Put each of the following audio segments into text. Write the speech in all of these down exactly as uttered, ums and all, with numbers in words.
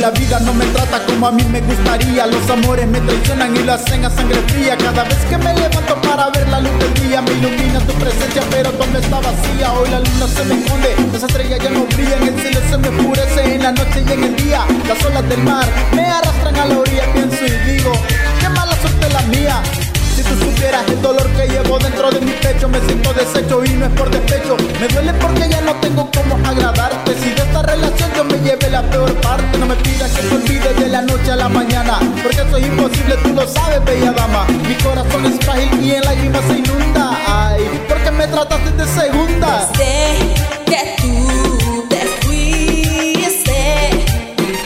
la vida no me trata como a mí me gustaría. Los amores me traicionan y lo hacen a sangre fría. Cada vez que me levanto para ver la luz del día, me ilumina tu presencia, pero todo está vacía. Hoy la luna se me esconde, las estrellas ya no brillan, el cielo se me enfurece en la noche y en el día. Las olas del mar me arrastran a la orilla, pienso y digo, qué mala suerte la mía. Si tú supieras el dolor que llevo dentro de mi pecho, me siento deshecho y no es por despecho. Me duele porque ya no tengo cómo agradarte. Si de esta relación yo me lleve la peor parte, no me pidas que te olvide de la noche a la mañana, porque eso es imposible, tú lo sabes, bella dama. Mi corazón es frágil y en lágrimas se inunda. Ay, porque me trataste de segunda. Sé que tú te fuiste, mi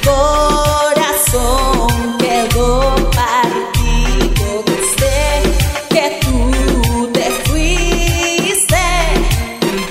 corazón quedó partido. Sé que tú te fuiste, mi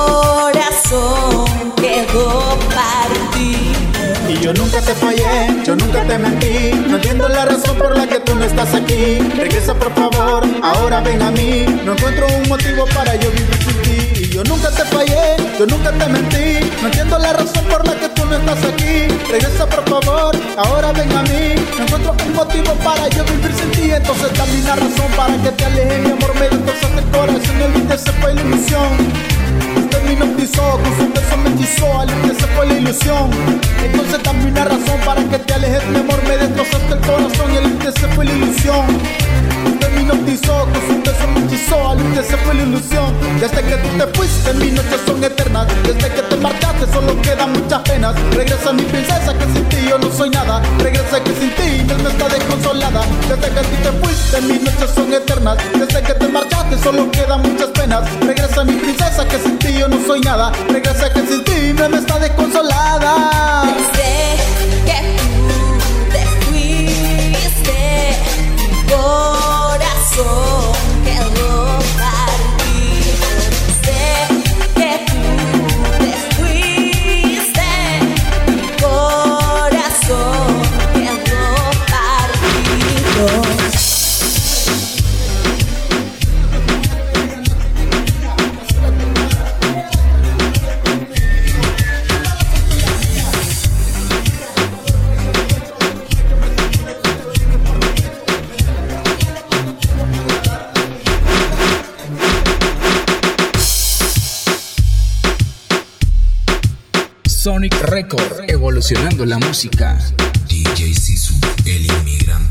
corazón quedó partido. Y yo nunca te fallé, yo nunca te mentí. No entiendo la razón por la que tú no estás aquí. Regresa por favor, ahora ven a mí. No encuentro un motivo para yo vivir sin ti. Y yo nunca te fallé, yo nunca te mentí. No entiendo la razón por la que tú no estás aquí. Regresa por favor, ahora ven a mí. No encuentro un motivo para yo vivir sin ti. Entonces dame una razón para que te alejes, mi amor. Me destrozaste el corazón, el límite se fue la ilusión. Usted me hipnotizó, con su beso me hechizó, al límite se fue la ilusión. Entonces dame una razón para que te alejes, mi amor. Me destrozaste el corazón y el límite se fue la ilusión. Usted me hipnotizó, con su beso me hechizó, al límite se fue la ilusión. Desde que tú te fuiste, mis noches son eternas. Desde que te marchaste, solo quedan muchas penas. Regresa mi princesa, que sin ti yo no soy nada. Regresa que sin ti mi alma está desconsolada. Desde que tú te fuiste, mis noches son eternas. Desde que te marchaste, solo quedan muchas penas. Regresa mi princesa, que sin ti yo no soy nada. Regresa que sin ti mi alma está desconsolada. Sé que tú te fuiste, mi corazón quedó partido. Sé que tú te fuiste, mi corazón quedó partido. Sonic Record, evolucionando la música. D J Sisu, el inmigrante.